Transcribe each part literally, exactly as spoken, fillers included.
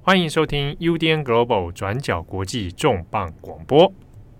欢迎收听 U D N Global 转角国际重磅广播。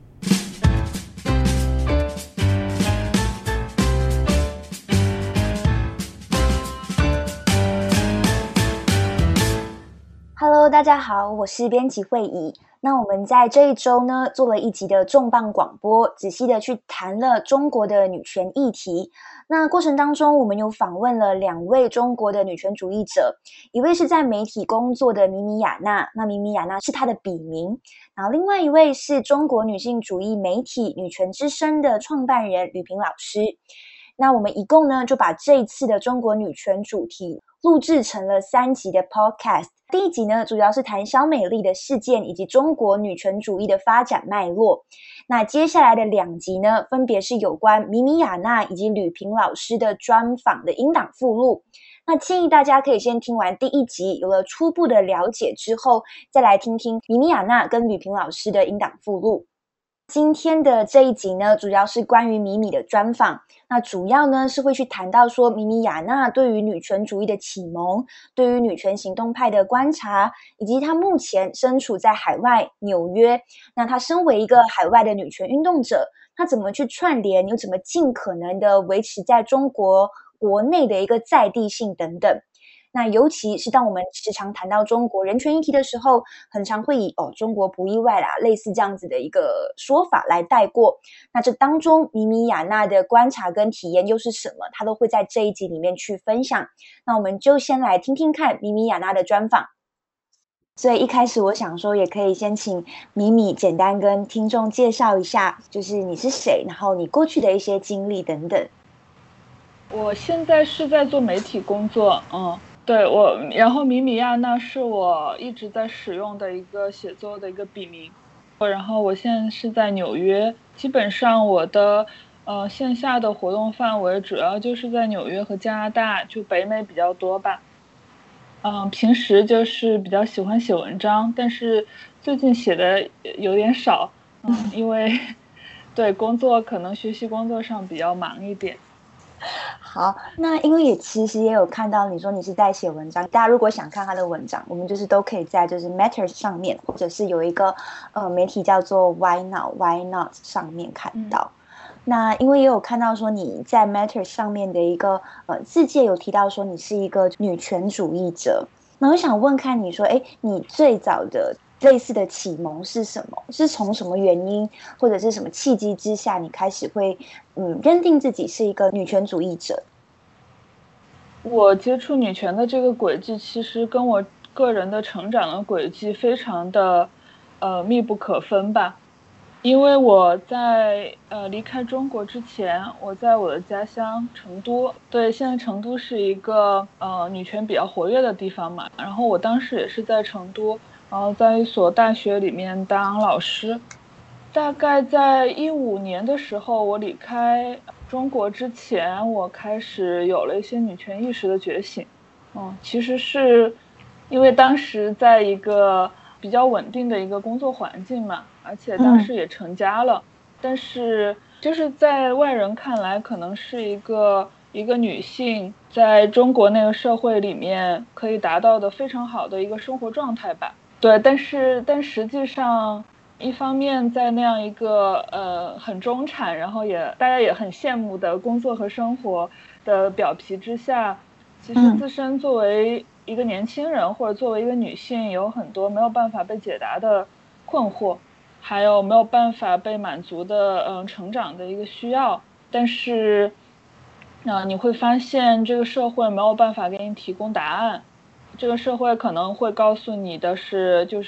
Hello， 大家好，我是编辑慧仪。那我们在这一周呢，做了一集的重磅广播，仔细的去谈了中国的女权议题。那过程当中，我们有访问了两位中国的女权主义者，一位是在媒体工作的米米亚娜，那米米亚娜是她的笔名，然后另外一位是中国女性主义媒体女权之声的创办人吕萍老师。那我们一共呢，就把这一次的中国女权主题录制成了三集的 podcast。第一集呢，主要是谈萧美丽的事件以及中国女权主义的发展脉络。那接下来的两集呢，分别是有关米米亚娜以及吕萍老师的专访的音档附录。那建议大家可以先听完第一集，有了初步的了解之后，再来听听米米亚娜跟吕萍老师的音档附录。今天的这一集呢，主要是关于米米的专访。那主要呢是会去谈到说米米亚娜对于女权主义的启蒙，对于女权行动派的观察，以及她目前身处在海外纽约。那她身为一个海外的女权运动者，她怎么去串联，又怎么尽可能的维持在中国国内的一个在地性等等。那尤其是当我们时常谈到中国人权议题的时候，很常会以哦中国不意外啦，类似这样子的一个说法来带过。那这当中米米亚娜的观察跟体验又是什么，她都会在这一集里面去分享。那我们就先来听听看米米亚娜的专访。所以一开始我想说，也可以先请米米简单跟听众介绍一下，就是你是谁，然后你过去的一些经历等等。 我现在是在做媒体工作，嗯。对我，然后米米亚娜是我一直在使用的一个写作的一个笔名，然后我现在是在纽约，基本上我的呃线下的活动范围主要就是在纽约和加拿大，就北美比较多吧。嗯，平时就是比较喜欢写文章，但是最近写的有点少，嗯，因为对工作可能学习工作上比较忙一点。 好，那因为也其实也有看到你说你是在写文章，大家如果想看他的文章，我们就是都可以在就是 Matters 上面，或者是有一个呃媒体叫做 Why Not Why Not 上面看到。嗯、那因为也有看到说你在 Matters 上面的一个呃字界有提到说你是一个女权主义者，那我想问看你说，哎，你最早的类似的启蒙是什么？是从什么原因或者是什么契机之下，你开始会嗯认定自己是一个女权主义者？ 我接触女权的这个轨迹，其实跟我个人的成长的轨迹非常的呃密不可分吧。因为我在呃离开中国之前，我在我的家乡成都，对，现在成都是一个呃女权比较活跃的地方嘛。然后我当时也是在成都，然后在一所大学里面当老师。大概在一五年的时候，我离开中国之前，我开始有了一些女权意识的觉醒。嗯，其实是因为当时在一个比较稳定的一个工作环境嘛，而且当时也成家了，嗯、但是就是在外人看来，可能是一个一个女性在中国那个社会里面可以达到的非常好的一个生活状态吧。对，但是但实际上。一方面在那样一个呃很中产，然后也大家也很羡慕的工作和生活的表皮之下，其实自身作为一个年轻人或者作为一个女性，有很多没有办法被解答的困惑，还有没有办法被满足的嗯、呃、成长的一个需要。但是啊、呃，你会发现这个社会没有办法给你提供答案，这个社会可能会告诉你的是就是。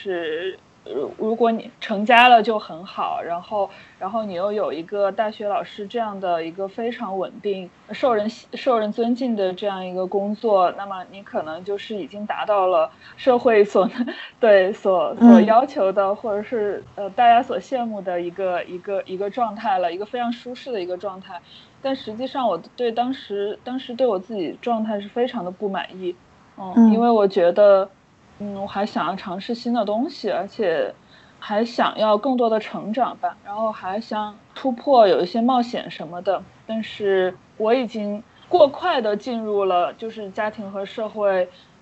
如果你成家了就很好，然后然后你又有一个大学老师这样的一个非常稳定、受人受人尊敬的这样一个工作，那么你可能就是已经达到了社会所对所所要求的，或者是呃大家所羡慕的一个一个一个状态了，一个非常舒适的一个状态。但实际上，我对当时当时对我自己状态是非常的不满意，嗯，因为我觉得。嗯，我还想要尝试新的东西，而且还想要更多的成长吧，然后还想突破，有一些冒险什么的。但是我已经过快的进入了就是家庭和社会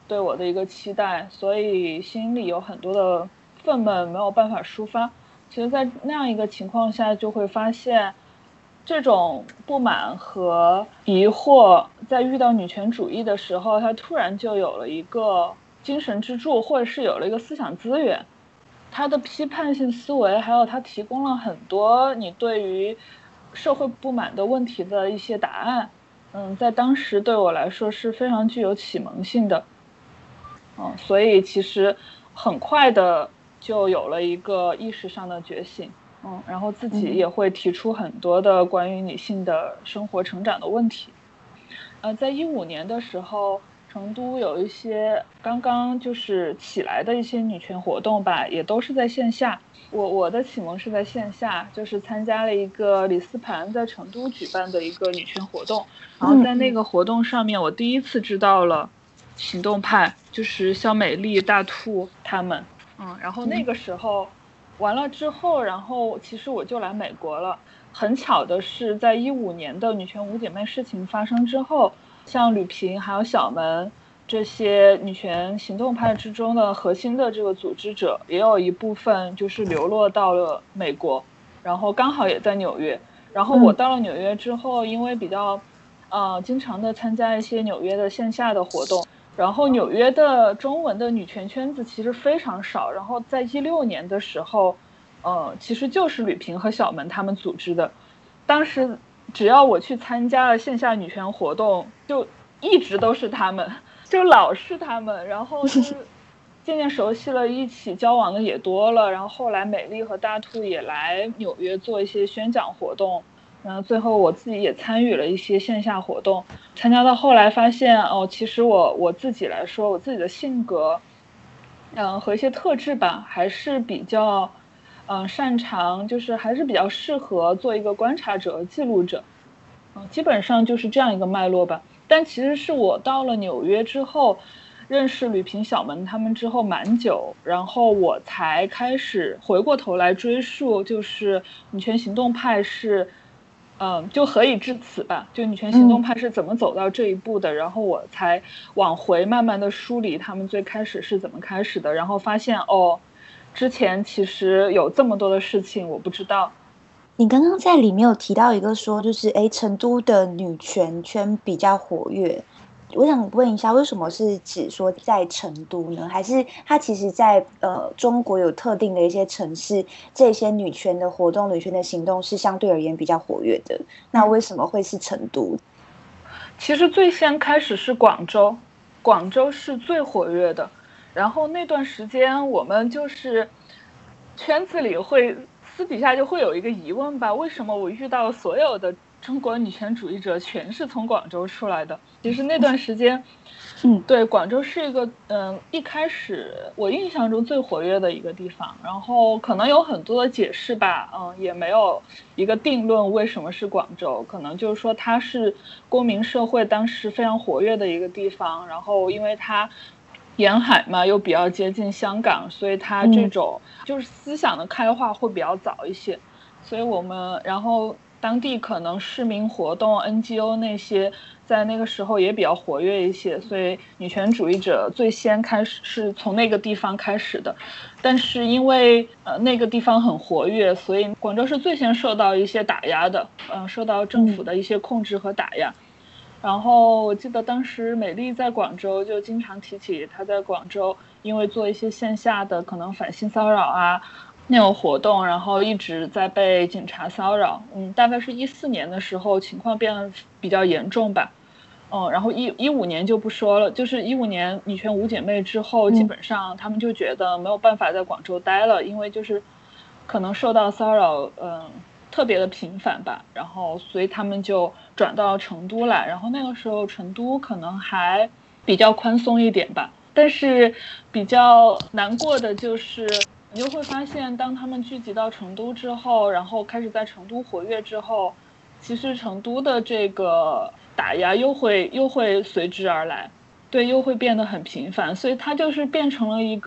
对我的一个期待，所以心里有很多的愤懑没有办法抒发。其实在那样一个情况下，就会发现这种不满和疑惑在遇到女权主义的时候，它突然就有了一个精神支柱，或者是有了一个思想资源。它的批判性思维，还有它提供了很多你对于社会不满的问题的一些答案。嗯，在当时对我来说是非常具有启蒙性的。嗯，所以其实很快的就有了一个意识上的觉醒。嗯，然后自己也会提出很多的关于女性的生活成长的问题。呃，在一五年的时候，成都有一些刚刚就是起来的一些女权活动吧，也都是在线下。我我的启蒙是在线下，就是参加了一个李斯盘在成都举办的一个女权活动，然后在那个活动上面，我第一次知道了行动派，就是肖美丽、大兔他们。嗯，然后那个时候完了之后，然后其实我就来美国了。很巧的是，在一五年的女权五姐妹事情发生之后，像吕萍还有小门这些女权行动派之中的核心的这个组织者，也有一部分就是流落到了美国，然后刚好也在纽约。然后我到了纽约之后，因为比较呃经常的参加一些纽约的线下的活动，然后纽约的中文的女权圈子其实非常少。然后在一六年的时候，呃，其实就是吕萍和小门他们组织的。当时只要我去参加了线下女权活动，就一直都是他们，就老是他们。然后就是渐渐熟悉了，一起交往的也多了。然后后来美丽和大兔也来纽约做一些宣讲活动，然后最后我自己也参与了一些线下活动。参加到后来发现，哦，其实我我自己来说，我自己的性格，嗯、呃，和一些特质吧，还是比较。嗯、呃，擅长就是还是比较适合做一个观察者、记录者，嗯、呃，基本上就是这样一个脉络吧。但其实是我到了纽约之后，认识吕萍、小门他们之后蛮久，然后我才开始回过头来追溯，就是女权行动派是，嗯、呃，就何以至此吧？就女权行动派是怎么走到这一步的？嗯、然后我才往回慢慢的梳理他们最开始是怎么开始的，然后发现哦。之前其实有这么多的事情我不知道。 你刚刚在里面有提到一个说，就是哎，成都的女权圈比较活跃。我想问一下，为什么是指说在成都呢？还是它其实在呃中国有特定的一些城市，这些女权的活动、女权的行动是相对而言比较活跃的？那为什么会是成都？ 其实最先开始是广州，广州是最活跃的。然后那段时间我们就是圈子里会私底下就会有一个疑问吧，为什么我遇到所有的中国女权主义者全是从广州出来的？其实那段时间嗯，对，广州是一个嗯一开始我印象中最活跃的一个地方，然后可能有很多的解释吧，嗯，也没有一个定论为什么是广州，可能就是说它是公民社会当时非常活跃的一个地方，然后因为它沿海嘛，又比较接近香港，所以它这种就是思想的开化会比较早一些。所以我们然后当地可能市民活动 N G O 那些在那个时候也比较活跃一些，所以女权主义者最先开始是从那个地方开始的。但是因为呃那个地方很活跃，所以广州是最先受到一些打压的，嗯、呃，受到政府的一些控制和打压。然后我记得当时美丽在广州就经常提起她在广州因为做一些线下的可能反性骚扰啊那种活动，然后一直在被警察骚扰。嗯，大概是一四年的时候情况变得比较严重吧。嗯，然后一一五年就不说了，就是一五年女权五姐妹之后，基本上他们就觉得没有办法在广州待了，因为就是可能受到骚扰，嗯。特别的频繁吧，然后所以他们就转到成都来，然后那个时候成都可能还比较宽松一点吧，但是比较难过的就是你就会发现当他们聚集到成都之后，然后开始在成都活跃之后，其实成都的这个打压又会又会随之而来，对，又会变得很频繁，所以它就是变成了一个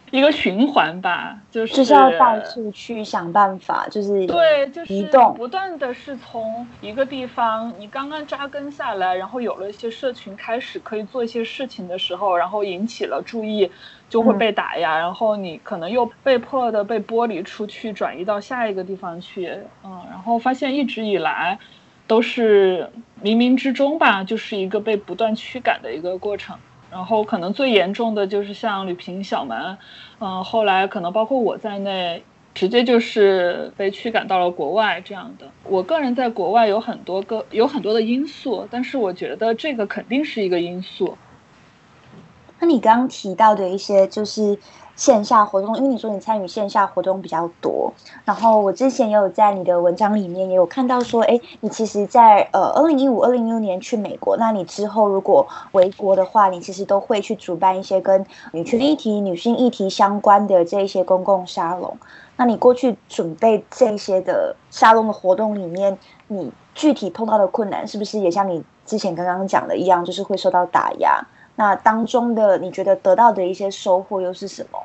一个循环吧，就是就是要到处去想办法，就是对，就是移动， 不断的是从一个地方你刚刚扎根下来，然后有了一些社群，开始可以做一些事情的时候，然后引起了注意，就会被打压，嗯、然后你可能又被迫的被剥离出去，转移到下一个地方去，嗯，然后发现一直以来都是冥冥之中吧，就是一个被不断驱赶的一个过程。然后可能最严重的就是像吕平、小门，嗯，后来可能包括我在内，直接就是被驱赶到了国外这样的。我个人在国外有很多个有很多的因素，但是我觉得这个肯定是一个因素。 那你刚刚提到的一些就是线下活动，因为你说你参与线下活动比较多，然后我之前也有在你的文章里面也有看到说，哎，你其实在呃二零一五、二零一六年去美国，那你之后如果回国的话，你其实都会去主办一些跟女权议题、女性议题相关的这一些公共沙龙。那你过去准备这些的沙龙的活动里面，你具体碰到的困难是不是也像你之前刚刚讲的一样，就是会受到打压？那当中的你觉得得到的一些收获又是什么？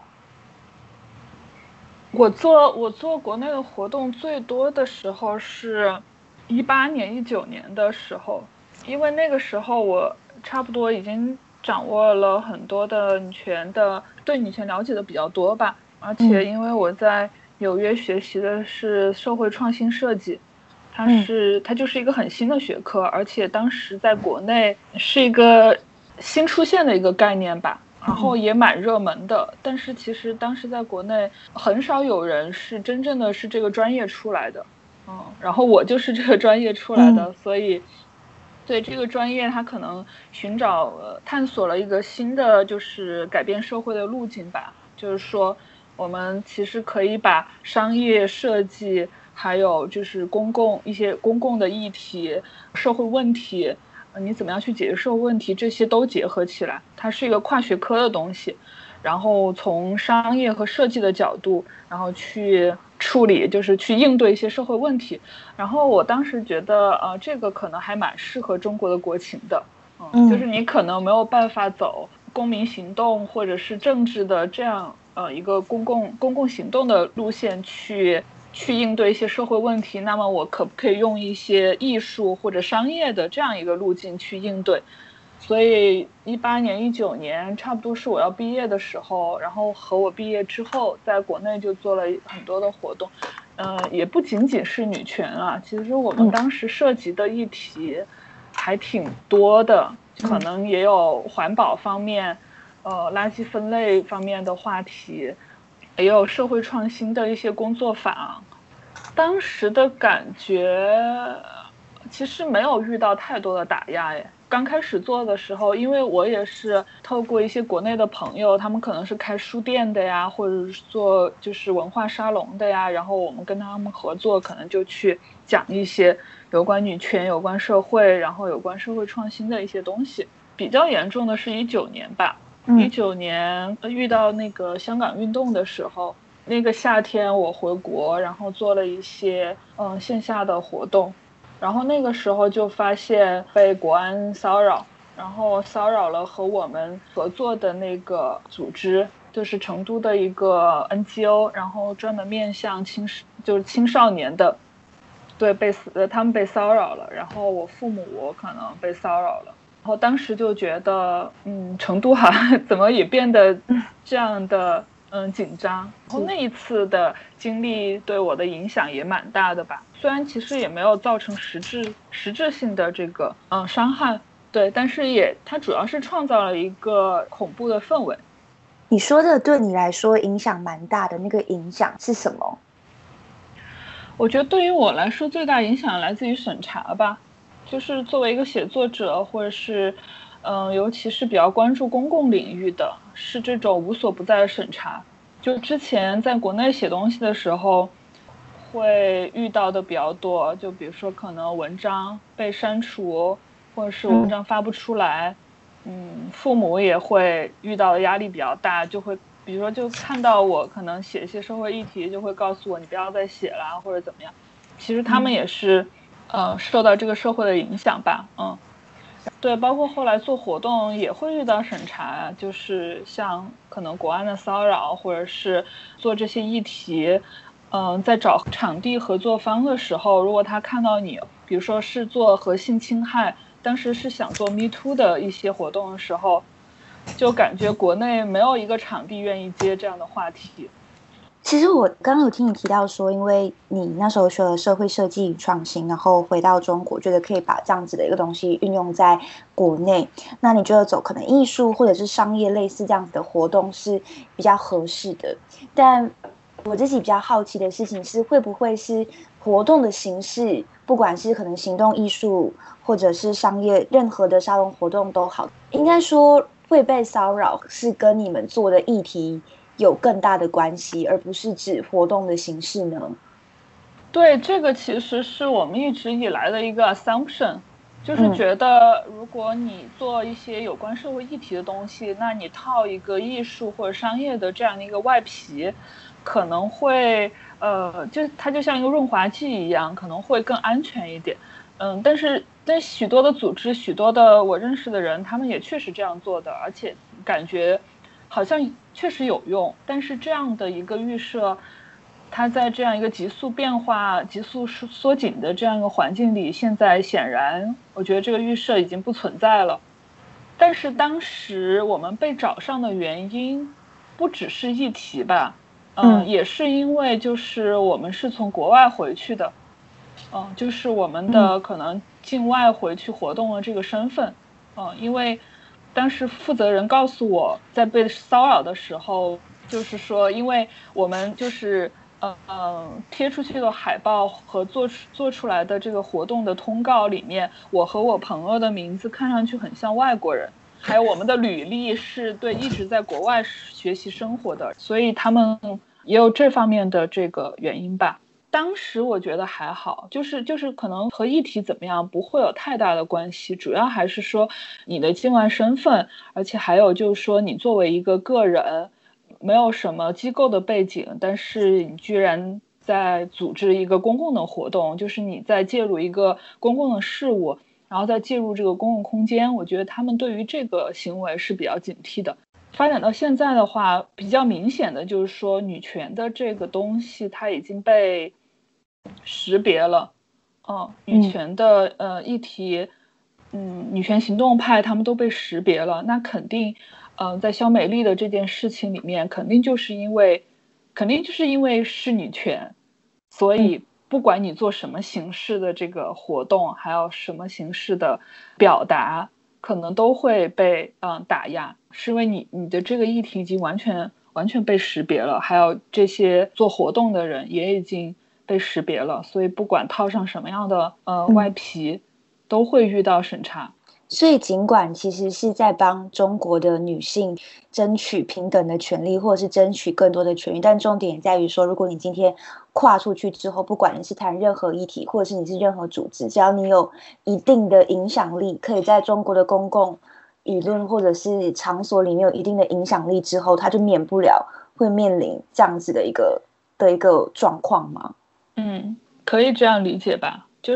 我做我做国内的活动最多的时候是一八年、一九年的时候，因为那个时候我差不多已经掌握了很多的女权的，对女权了解的比较多吧，而且因为我在纽约学习的是社会创新设计。它是它就是一个很新的学科，而且当时在国内是一个新出现的一个概念吧，然后也蛮热门的，但是其实当时在国内很少有人是真正的是这个专业出来的，嗯，然后我就是这个专业出来的，嗯、所以对这个专业它可能寻找、呃、探索了一个新的就是改变社会的路径吧，就是说我们其实可以把商业设计还有就是公共一些公共的议题、社会问题，你怎么样去解决社会问题，这些都结合起来，它是一个跨学科的东西。然后从商业和设计的角度，然后去处理，就是去应对一些社会问题。然后我当时觉得，呃，这个可能还蛮适合中国的国情的，嗯，就是你可能没有办法走公民行动或者是政治的这样呃一个公共公共行动的路线去。去应对一些社会问题，那么我可不可以用一些艺术或者商业的这样一个路径去应对？所以一八年、一九年差不多是我要毕业的时候，然后和我毕业之后，在国内就做了很多的活动，呃，也不仅仅是女权啊，其实我们当时涉及的议题还挺多的，可能也有环保方面，呃，垃圾分类方面的话题。也有社会创新的一些工作坊，当时的感觉其实没有遇到太多的打压耶。刚开始做的时候，因为我也是透过一些国内的朋友，他们可能是开书店的呀，或者是做就是文化沙龙的呀，然后我们跟他们合作，可能就去讲一些有关女权、有关社会，然后有关社会创新的一些东西。比较严重的是一九年吧。一九年遇到那个香港运动的时候，那个夏天我回国，然后做了一些嗯线下的活动，然后那个时候就发现被国安骚扰，然后骚扰了和我们合作的那个组织，就是成都的一个 N G O， 然后专门面向青就是青少年的，对，被呃他们被骚扰了，然后我父母我可能被骚扰了。然后当时就觉得，嗯，成都好像怎么也变得这样的，嗯，紧张。然后那一次的经历对我的影响也蛮大的吧。虽然其实也没有造成实质实质性的这个，嗯，伤害，对，但是也它主要是创造了一个恐怖的氛围。 你说的对你来说影响蛮大的，那个影响是什么？ 我觉得对于我来说，最大影响来自于审查吧。就是作为一个写作者，或者是，嗯、呃，尤其是比较关注公共领域的，是这种无所不在的审查。就之前在国内写东西的时候，会遇到的比较多，就比如说可能文章被删除，或者是文章发不出来，嗯，父母也会遇到的压力比较大，就会比如说就看到我可能写一些社会议题，就会告诉我你不要再写了，或者怎么样。其实他们也是。呃，受到这个社会的影响吧，嗯， 对，包括后来做活动也会遇到审查，就是像可能国安的骚扰，或者是做这些议题，嗯、呃，在找场地合作方的时候，如果他看到你，比如说是做和性侵害，当时是想做 Me Too 的一些活动的时候，就感觉国内没有一个场地愿意接这样的话题。 其实我刚刚有听你提到说，因为你那时候学了社会设计与创新，然后回到中国，觉得可以把这样子的一个东西运用在国内，那你觉得走可能艺术或者是商业类似这样子的活动是比较合适的。但我自己比较好奇的事情是，会不会是活动的形式，不管是可能行动艺术或者是商业，任何的沙龙活动都好，应该说会被骚扰是跟你们做的议题有更大的关系，而不是指活动的形式呢？ 对，这个其实是我们一直以来的一个 assumption，就是嗯觉得如果你做一些有关社会议题的东西，那你套一个艺术或者商业的这样的一个外皮，可能会呃，就它就像一个润滑剂一样，可能会更安全一点。嗯，但是但许多的组织，许多的我认识的人，他们也确实这样做的，而且感觉好像确实有用。但是这样的一个预设，它在这样一个急速变化、急速缩紧的这样一个环境里，现在显然，我觉得这个预设已经不存在了。但是当时我们被找上的原因，不只是议题吧，嗯、呃， 嗯也是因为就是我们是从国外回去的，嗯、呃，就是我们嗯的可能境外回去活动的这个身份，嗯、呃，因为当时负责人告诉我，在被骚扰的时候，就是说，因为我们就是呃呃贴出去的海报和做出做出来的这个活动的通告里面，我和我朋友的名字看上去很像外国人，还有我们的履历是对一直在国外学习生活的，所以他们也有这方面的这个原因吧。当时我觉得还好，就是就是可能和议题怎么样不会有太大的关系，主要还是说你的境外身份，而且还有就是说你作为一个个人，没有什么机构的背景，但是你居然在组织一个公共的活动，就是你在介入一个公共的事务，然后再介入这个公共空间，我觉得他们对于这个行为是比较警惕的。发展到现在的话，比较明显的就是说，女权的这个东西它已经被识别了，嗯，女权的呃议题，嗯，女权行动派他们都被识别了，那肯定，呃，在肖美丽的这件事情里面，肯定就是因为，肯定就是因为是女权，所嗯以不管你做什么形式的这个活动，还有什么形式的表达，可能都会被嗯打压，是因为你你的这个议题已经完全完全被识别了，还有这些做活动的人也已经被识别了，所以不管套上什么样的呃外嗯。 皮，都会遇到审查。 所以，尽管其实是在帮中国的女性争取平等的权利，或者是争取更多的权益，但重点也在于说，如果你今天跨出去之后，不管你是谈任何议题，或者是你是任何组织，只要你有一定的影响力，可以在中国的公共舆论或者是场所里面有一定的影响力之后，他就免不了会面临这样子的一个的一个状况吗？ 嗯，可以这样理解吧，就是，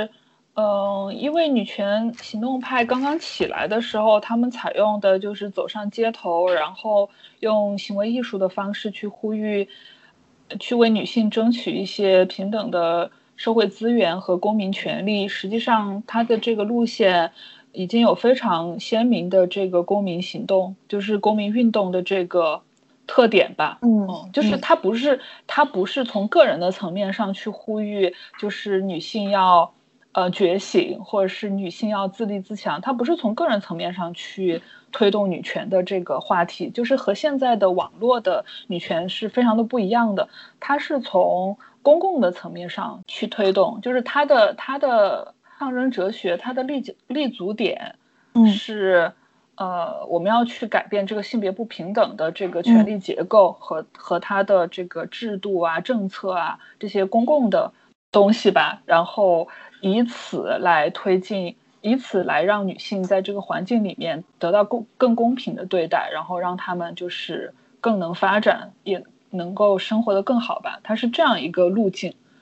嗯、因为女权行动派刚刚起来的时候，他们采用的就是走上街头，然后用行为艺术的方式去呼吁，去为女性争取一些平等的社会资源和公民权利。实际上，它的这个路线已经有非常鲜明的这个公民行动，就是公民运动的这个特点吧。 嗯嗯，就是它不是它不是从个人的层面上去呼吁，就是女性要呃觉醒，或者是女性要自立自强，它不是从个人层面上去推动女权的这个话题，就是和现在的网络的女权是非常的不一样的，它是从公共的层面上去推动，就是它的它的抗争哲学，它的立立足点嗯是。呃，我们要去改变这个性别不平等的这个权嗯力结构和和它的这个制度啊、政策啊这些公共的东西吧，然后以此来推进，以此来让女性在这个环境里面得到更更公平的对待，然后让她们就是更能发展，也能够生活得更好吧，它是这样一个路径。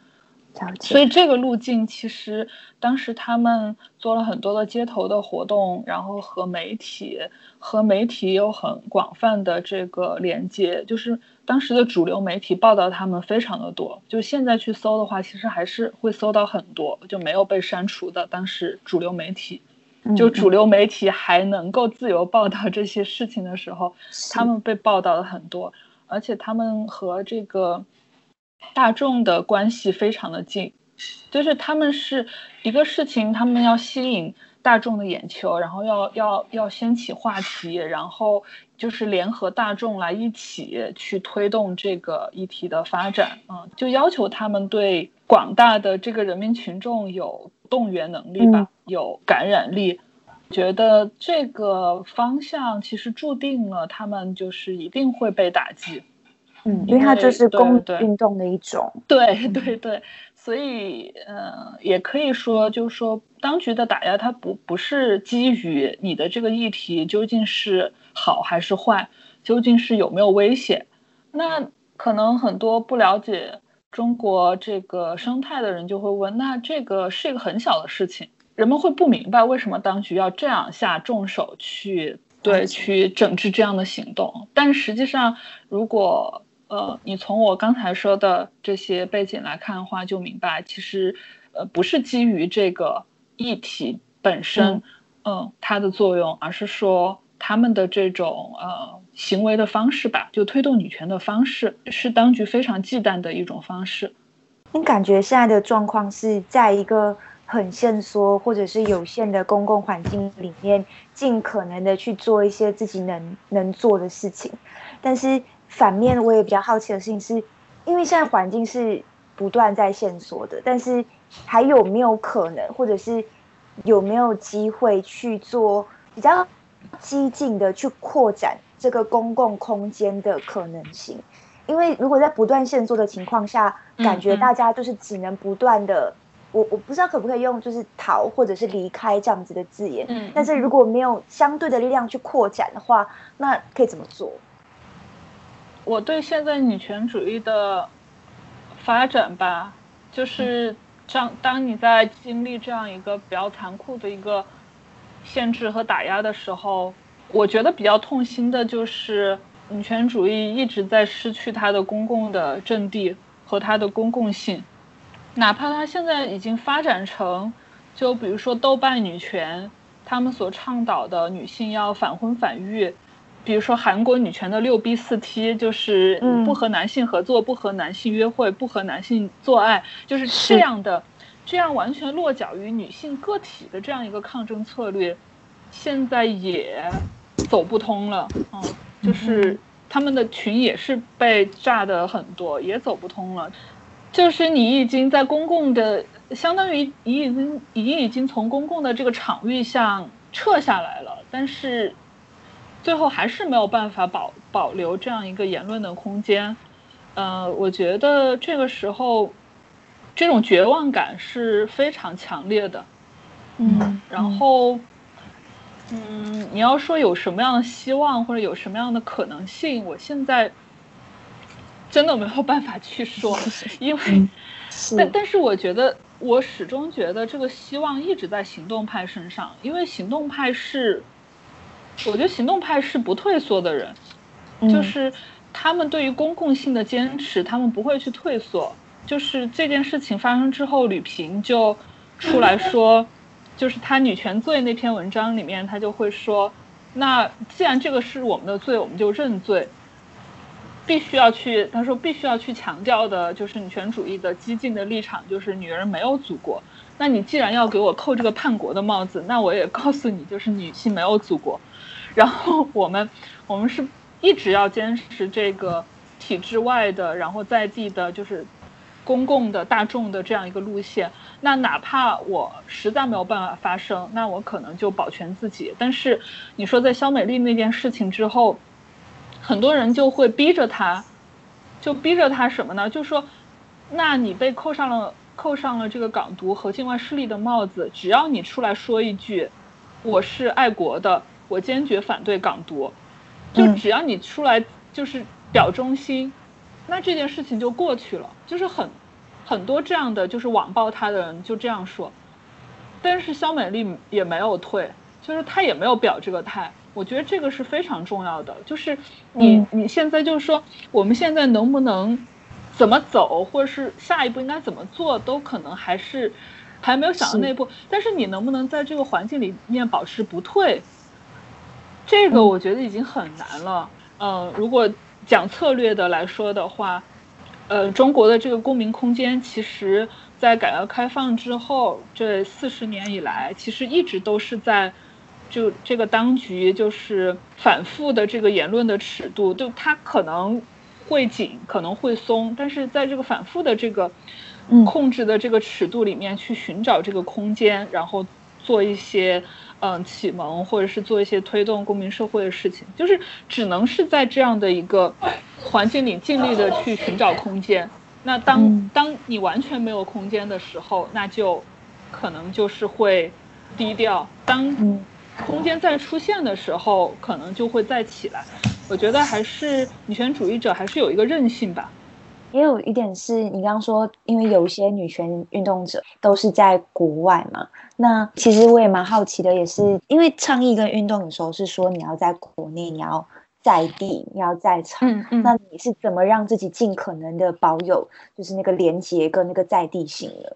所以这个路径其实当时他们做了很多的街头的活动，然后和媒体和媒体有很广泛的这个连接，就是当时的主流媒体报道他们非常的多，就现在去搜的话其实还是会搜到很多，就没有被删除的当时主流媒体，就主流媒体还能够自由报道这些事情的时候，他们被报道了很多，而且他们和这个大众的关系非常的近，就是他们是一个事情，他们要吸引大众的眼球，然后要要要掀起话题，然后就是联合大众来一起去推动这个议题的发展，嗯，就要求他们对广大的这个人民群众有动员能力吧，嗯、有感染力。觉得这个方向其实注定了他们就是一定会被打击。 嗯，因为它就是公民运动的一种。 对对对，所以呃，也可以说，就是说，当局的打压它不不是基于你的这个议题究竟是好还是坏，究竟是有没有危险。那可能很多不了解中国这个生态的人就会问，那这个是一个很小的事情，人们会不明白为什么当局要这样下重手去对去整治这样的行动。但实际上，如果呃，你从我刚才说的这些背景来看的话，就明白其实呃不是基于这个议题本身，嗯、呃，它的作用，而是说他们的这种呃行为的方式吧，就推动女权的方式，是当局非常忌惮的一种方式。 你感觉现在的状况是在一个很限缩或者是有限的公共环境里面，尽可能的去做一些自己能能做的事情，但是反面我也比较好奇的事情是，因为现在环境是不断在限缩的，但是还有没有可能，或者是有没有机会去做比较激进的去扩展这个公共空间的可能性？因为如果在不断限缩的情况下，感觉大家就是只能不断的，我我不知道可不可以用就是逃或者是离开这样子的字眼，嗯，但是如果没有相对的力量去扩展的话，那可以怎么做？ 我对现在女权主义的发展吧，就是当当你在经历这样一个比较残酷的一个限制和打压的时候，我觉得比较痛心的就是女权主义一直在失去它的公共的阵地和它的公共性，哪怕它现在已经发展成，就比如说豆瓣女权，他们所倡导的女性要反婚反育。比如说韩国女权的六 B 四 T， 就是不和男性合作、嗯、不和男性约会、不和男性做爱，就是这样的，这样完全落脚于女性个体的这样一个抗争策略，现在也走不通了。嗯，就是他们的群也是被炸的很多，也走不通了。就是你已经在公共的，相当于你已经你已经从公共的这个场域上撤下来了，但是最后还是没有办法保保留这样一个言论的空间，呃，我觉得这个时候，这种绝望感是非常强烈的，嗯，然后，嗯，你要说有什么样的希望或者有什么样的可能性，我现在真的没有办法去说，因为，嗯、但但是我觉得我始终觉得这个希望一直在行动派身上，因为行动派是。我觉得行动派是不退缩的人，就是他们对于公共性的坚持，他们不会去退缩。就是这件事情发生之后，吕萍就出来说，就是他女权罪那篇文章里面，他就会说，那既然这个是我们的罪，我们就认罪。必须要去，他说必须要去强调的就是女权主义的激进的立场，就是女人没有祖国。那你既然要给我扣这个叛国的帽子，那我也告诉你，就是女性没有祖国。然后我们我们是一直要坚持这个体制外的，然后在地的，就是公共的大众的这样一个路线。那哪怕我实在没有办法发声，那我可能就保全自己。但是你说在肖美丽那件事情之后，很多人就会逼着他，就逼着他什么呢？就说，那你被扣上了扣上了这个港独和境外势力的帽子，只要你出来说一句，我是爱国的。我坚决反对港独，就只要你出来就是表忠心，嗯、那这件事情就过去了，就是很很多这样的就是网暴他的人就这样说，但是肖美丽也没有退，就是她也没有表这个态。我觉得这个是非常重要的，就是你、嗯、你现在就是说我们现在能不能怎么走，或者是下一步应该怎么做，都可能还是还没有想到那一步，但是你能不能在这个环境里面保持不退，这个我觉得已经很难了。嗯、呃，如果讲策略的来说的话，呃，中国的这个公民空间其实在改革开放之后这四十年以来，其实一直都是在就这个当局就是反复的这个言论的尺度，就它可能会紧可能会松，但是在这个反复的这个控制的这个尺度里面去寻找这个空间，然后做一些嗯启蒙或者是做一些推动公民社会的事情，就是只能是在这样的一个环境里尽力的去寻找空间。那当当你完全没有空间的时候，那就可能就是会低调，当空间再出现的时候可能就会再起来。我觉得还是女权主义者还是有一个韧性吧。 也有一点是你刚刚说，因为有一些女权运动者都是在国外嘛，那其实我也蛮好奇的，也是因为倡议跟运动有时候是说你要在国内，你要在地，你要在场、嗯嗯、那你是怎么让自己尽可能的保有就是那个连结跟那个在地性呢？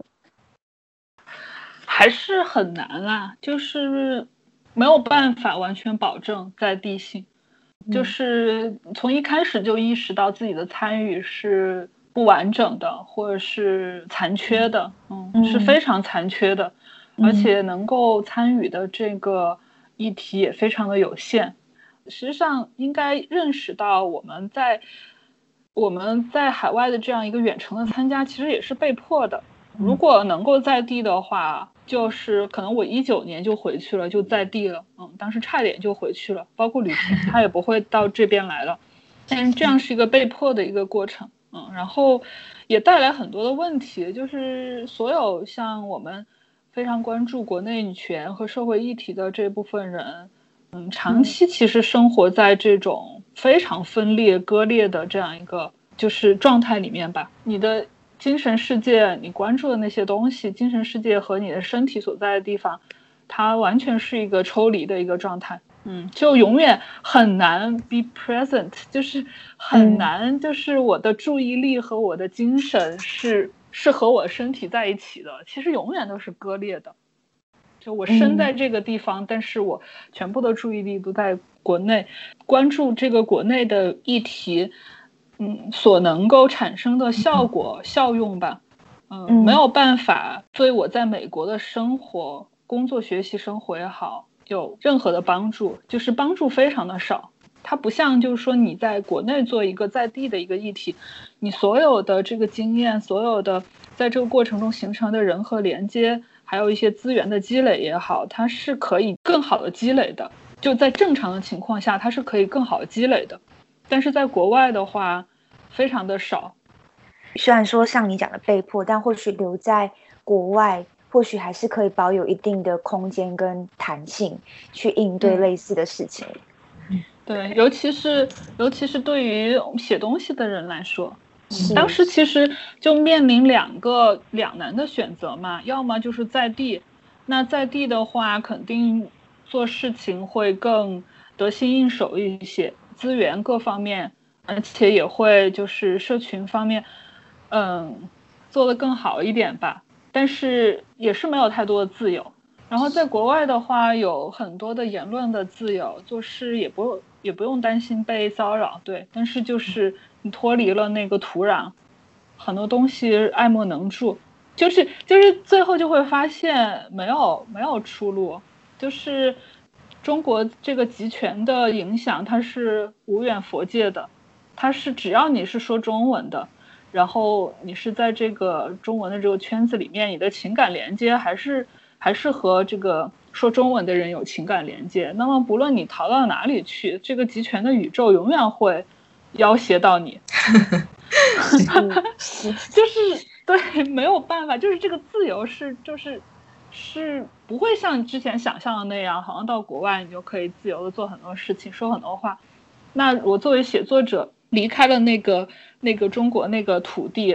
还是很难啦，就是没有办法完全保证在地性，就是从一开始就意识到自己的参与是不完整的，或者是残缺的，嗯，嗯是非常残缺的，而且能够参与的这个议题也非常的有限。实际上应该认识到我们在我们在海外的这样一个远程的参加其实也是被迫的，如果能够在地的话，就是可能我一九年就回去了，就在地了，嗯，当时差点就回去了，包括旅行他也不会到这边来了，但是这样是一个被迫的一个过程，嗯，然后也带来很多的问题，就是所有像我们非常关注国内女权和社会议题的这部分人，嗯，长期其实生活在这种非常分裂割裂的这样一个就是状态里面吧，你的精神世界你关注的那些东西，精神世界和你的身体所在的地方，它完全是一个抽离的一个状态，嗯，就永远很难 be present， 就是很难，就是我的注意力和我的精神是是和我身体在一起的，其实永远都是割裂的。就我身在这个地方，但是我全部的注意力都在国内，关注这个国内的议题。嗯，所能够产生的效果、嗯、效用吧，嗯，嗯没有办法对我在美国的生活、工作、学习、生活也好，有任何的帮助，就是帮助非常的少。它不像就是说你在国内做一个在地的一个议题，你所有的这个经验，所有的在这个过程中形成的人和连接，还有一些资源的积累也好，它是可以更好的积累的。就在正常的情况下，它是可以更好的积累的。但是在国外的话非常的少， 虽然说像你讲的被迫，但或许留在国外或许还是可以保有一定的空间跟弹性去应对类似的事情、 嗯、对，尤其是尤其是对于写东西的人来说、嗯、当时其实就面临两个两难的选择嘛，要么就是在地，那在地的话肯定做事情会更得心应手一些，资源各方面，而且也会就是社群方面，嗯，做得更好一点吧。但是也是没有太多的自由。然后在国外的话，有很多的言论的自由，做事也不也不用担心被骚扰，对。但是就是你脱离了那个土壤，很多东西爱莫能助，就是就是最后就会发现没有没有出路，就是。中国这个集权的影响，它是无远弗届的，它是只要你是说中文的，然后你是在这个中文的这个圈子里面，你的情感连接还是还是和这个说中文的人有情感连接。那么不论你逃到哪里去，这个集权的宇宙永远会要挟到你。就是对，没有办法，就是这个自由是就是。是不会像之前想象的那样，好像到国外你就可以自由的做很多事情，说很多话。那我作为写作者离开了那个那个中国那个土地，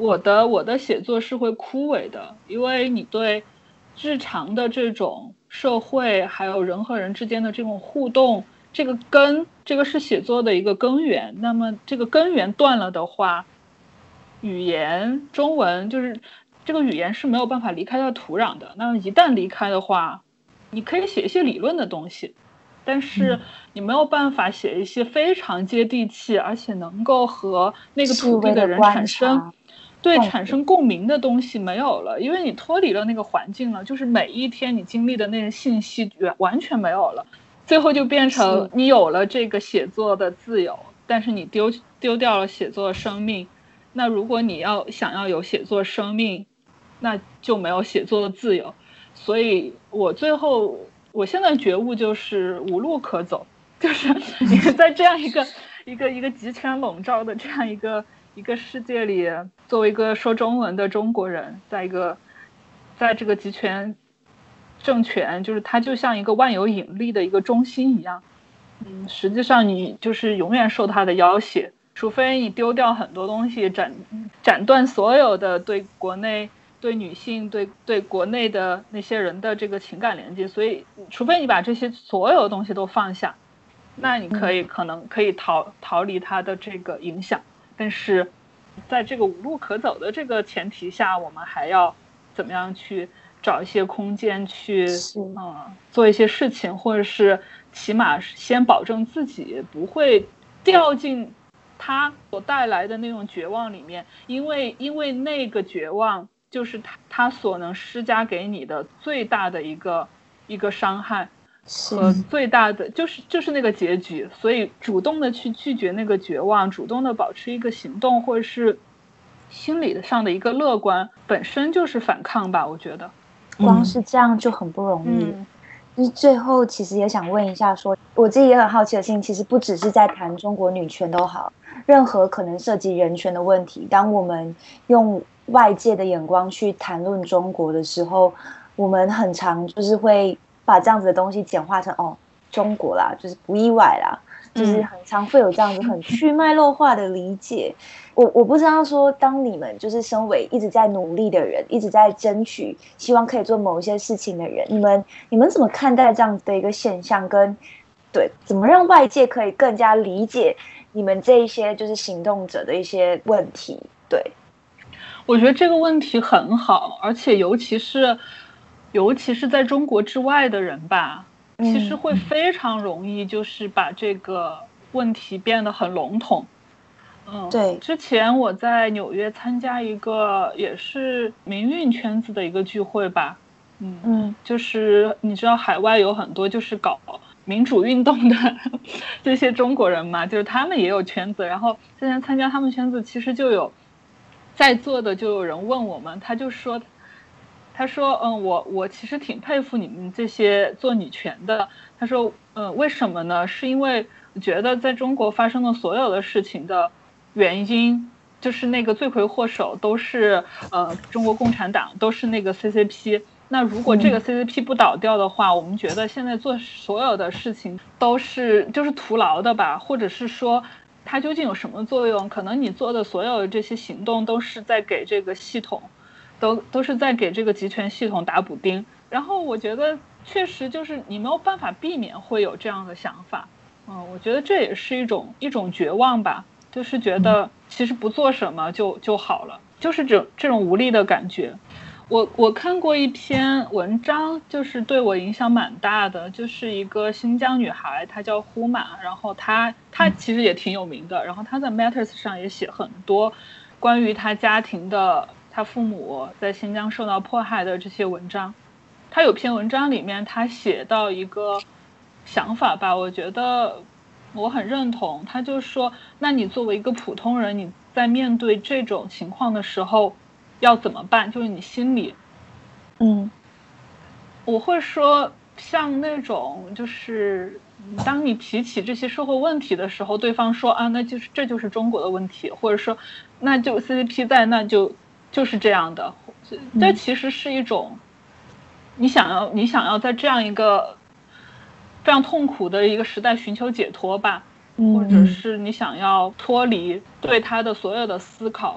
我的我的写作是会枯萎的，因为你对日常的这种社会还有人和人之间的这种互动，这个根，这个是写作的一个根源。那么这个根源断了的话，语言中文就是这个语言是没有办法离开它的土壤的。那么一旦离开的话，你可以写一些理论的东西，但是你没有办法写一些非常接地气而且能够和那个土地的人产生对产生共鸣的东西没有了，因为你脱离了那个环境了，就是每一天你经历的那个信息完全没有了，最后就变成你有了这个写作的自由，但是你丢丢掉了写作的生命。那如果你要想要有写作生命，那就没有写作的自由。所以我最后我现在觉悟就是无路可走，就是你在这样一个一个一个集权笼罩的这样一个一个世界里，作为一个说中文的中国人，在一个在这个集权政权，就是它就像一个万有引力的一个中心一样，嗯，实际上你就是永远受它的要挟，除非你丢掉很多东西，斩斩断所有的对国内对女性对对国内的那些人的这个情感连接，所以除非你把这些所有东西都放下，那你可以可能可以逃逃离它的这个影响。但是在这个无路可走的这个前提下，我们还要怎么样去找一些空间去呃做一些事情，或者是起码先保证自己不会掉进它所带来的那种绝望里面，因为因为那个绝望就是他他所能施加给你的最大的一个一个伤害和最大的就是就是那个结局。所以主动的去拒绝那个绝望，主动的保持一个行动或者是心理上的一个乐观，本身就是反抗吧，我觉得光是这样就很不容易。嗯就是最后其实也想问一下说，我自己也很好奇的心，其实不只是在谈中国女权都好，任何可能涉及人权的问题，当我们用外界的眼光去谈论中国的时候，我们很常就是会把这样子的东西简化成哦中国啦，就是不意外啦，就是很常会有这样子很去脉络化的理解。我我不知道说，当你们就是身为一直在努力的人，一直在争取希望可以做某一些事情的人，你们你们怎么看待这样的一个现象，跟对怎么让外界可以更加理解你们这一些就是行动者的一些问题？对， 我觉得这个问题很好，而且尤其是尤其是在中国之外的人吧，其实会非常容易就是把这个问题变得很笼统。嗯，对。之前我在纽约参加一个也是民运圈子的一个聚会吧，嗯嗯，就是你知道海外有很多就是搞民主运动的这些中国人嘛，就是他们也有圈子，然后之前参加他们圈子，其实就有在座的就有人问我们，他就说。他说嗯我我其实挺佩服你们这些做女权的。他说嗯为什么呢？是因为我觉得在中国发生的所有的事情的原因就是那个罪魁祸首都是呃中国共产党，都是那个 C C P。 那如果这个 C C P 不倒掉的话，我们觉得现在做所有的事情都是就是徒劳的吧，或者是说它究竟有什么作用？可能你做的所有的这些行动都是在给这个系统都都是在给这个集权系统打补丁。然后我觉得确实就是你没有办法避免会有这样的想法。嗯，我觉得这也是一种一种绝望吧，就是觉得其实不做什么就就好了，就是这这种无力的感觉。我我看过一篇文章，就是对我影响蛮大的，就是一个新疆女孩，她叫呼玛，然后她她其实也挺有名的，然后她在 Matters 上也写很多关于她家庭的他父母在新疆受到迫害的这些文章。他有篇文章里面他写到一个想法吧，我觉得我很认同。他就说那你作为一个普通人，你在面对这种情况的时候要怎么办，就是你心里嗯，我会说像那种就是当你提起这些社会问题的时候，对方说啊那就是这就是中国的问题，或者说那就 C C P 在那就就是这样的。这其实是一种你想要你想要在这样一个非常痛苦的一个时代寻求解脱吧，或者是你想要脱离对他的所有的思考。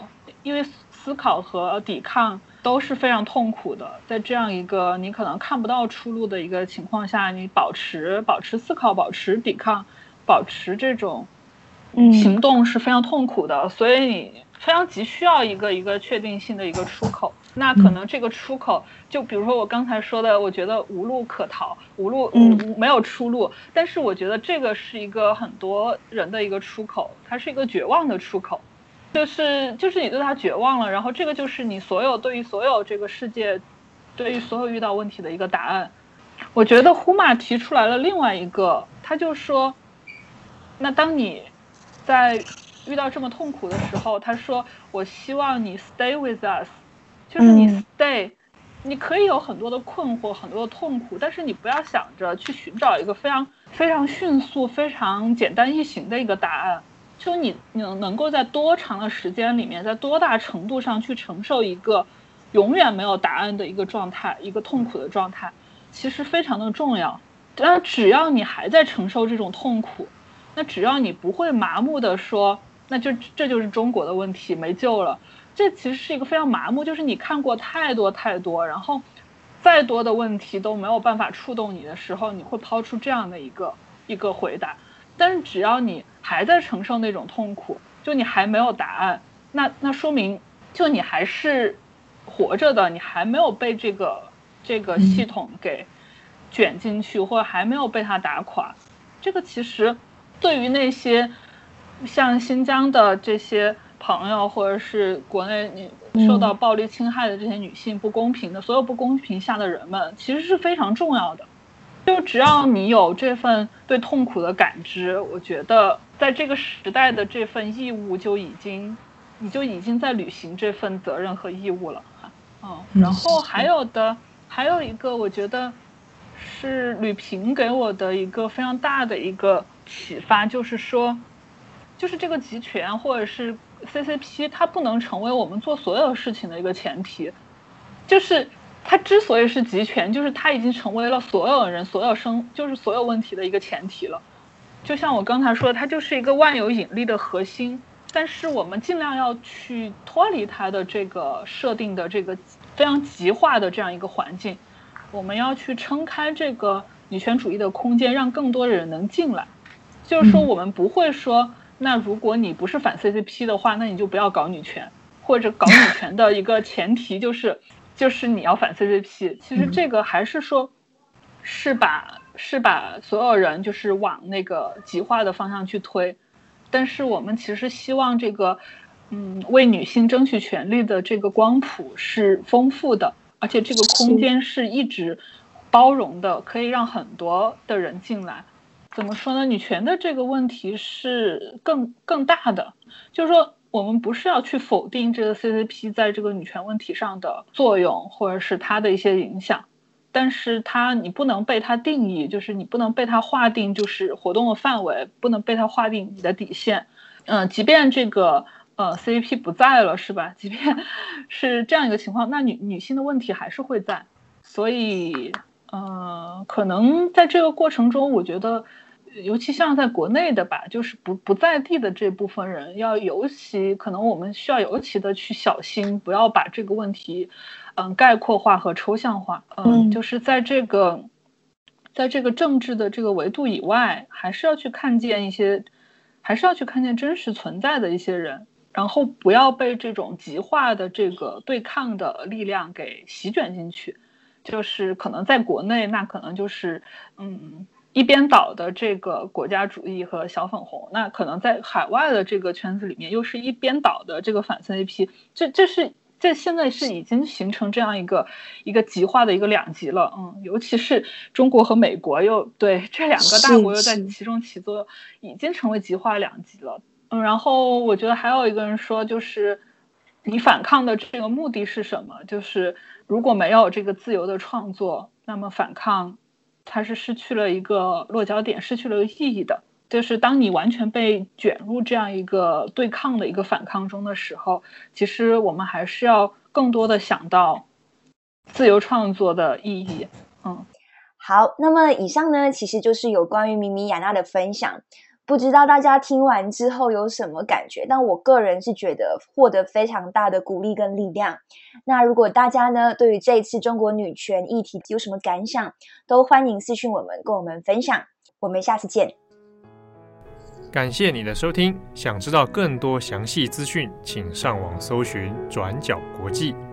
因为思考和抵抗都是非常痛苦的，在这样一个你可能看不到出路的一个情况下，你保持保持思考，保持抵抗，保持这种行动是非常痛苦的，嗯、所以你非常急需要一个一个确定性的一个出口。那可能这个出口，就比如说我刚才说的，我觉得无路可逃，无路、嗯、没有出路，但是我觉得这个是一个很多人的一个出口，它是一个绝望的出口，就是就是你对它绝望了，然后这个就是你所有对于所有这个世界，对于所有遇到问题的一个答案。我觉得呼玛提出来了另外一个，他就说，那当你在遇到这么痛苦的时候，他说我希望你 stay with us， 就是你 stay、嗯、你可以有很多的困惑，很多的痛苦，但是你不要想着去寻找一个非常非常迅速非常简单易行的一个答案，就你能能够在多长的时间里面，在多大程度上去承受一个永远没有答案的一个状态，一个痛苦的状态，其实非常的重要。但只要你还在承受这种痛苦，那只要你不会麻木的说那就这就是中国的问题，没救了，这其实是一个非常麻木，就是你看过太多太多，然后再多的问题都没有办法触动你的时候，你会抛出这样的一个一个回答。但是只要你还在承受那种痛苦，就你还没有答案，那那说明就你还是活着的，你还没有被这个这个系统给卷进去，或者还没有被它打垮。这个其实对于那些像新疆的这些朋友，或者是国内受到暴力侵害的这些女性，不公平的所有不公平下的人们，其实是非常重要的。就只要你有这份对痛苦的感知，我觉得在这个时代的这份义务就已经你就已经在履行这份责任和义务了。嗯，然后还有的还有一个我觉得是吕萍给我的一个非常大的一个启发，就是说就是这个集权或者是 C C P 它不能成为我们做所有事情的一个前提，就是它之所以是集权，就是它已经成为了所有人所有生就是所有问题的一个前提了。就像我刚才说的，它就是一个万有引力的核心，但是我们尽量要去脱离它的这个设定的这个非常极化的这样一个环境，我们要去撑开这个女权主义的空间，让更多的人能进来。就是说我们不会说那如果你不是反 C C P 的话，那你就不要搞女权，或者搞女权的一个前提就是就是你要反 C C P。 其实这个还是说是把是把所有人就是往那个极化的方向去推，但是我们其实希望这个嗯为女性争取权利的这个光谱是丰富的，而且这个空间是一直包容的，可以让很多的人进来。怎么说呢？女权的这个问题是更更大的，就是说我们不是要去否定这个 C C P 在这个女权问题上的作用，或者是它的一些影响，但是它你不能被它定义，就是你不能被它划定就是活动的范围，不能被它划定你的底线。嗯、呃，即便这个呃 C C P 不在了，是吧？即便是这样一个情况，那女女性的问题还是会在，所以呃，可能在这个过程中，我觉得。尤其像在国内的吧，就是不不在地的这部分人，要尤其可能我们需要尤其的去小心，不要把这个问题，嗯，概括化和抽象化。嗯，就是在这个，在这个政治的这个维度以外，还是要去看见一些，还是要去看见真实存在的一些人，然后不要被这种极化的这个对抗的力量给席卷进去。就是可能在国内，那可能就是嗯。一边倒的这个国家主义和小粉红，那可能在海外的这个圈子里面又是一边倒的这个反 C C P， 这这是这现在是已经形成这样一个一个极化的一个两极了。嗯，尤其是中国和美国又对这两个大国又在其中起作用，已经成为极化两极了。嗯，然后我觉得还有一个人说，就是你反抗的这个目的是什么？就是如果没有这个自由的创作，那么反抗它是失去了一个落脚点，失去了意义的。就是当你完全被卷入这样一个对抗的一个反抗中的时候，其实我们还是要更多的想到自由创作的意义。嗯， 好，那么以上呢，其实就是有关于米米亚娜的分享。 不知道大家听完之后有什么感觉，但我个人是觉得获得非常大的鼓励跟力量。那如果大家呢对于这一次中国女权议题有什么感想，都欢迎私讯我们跟我们分享。我们下次见。 感谢你的收听，想知道更多详细资讯，请上网搜寻转角国际。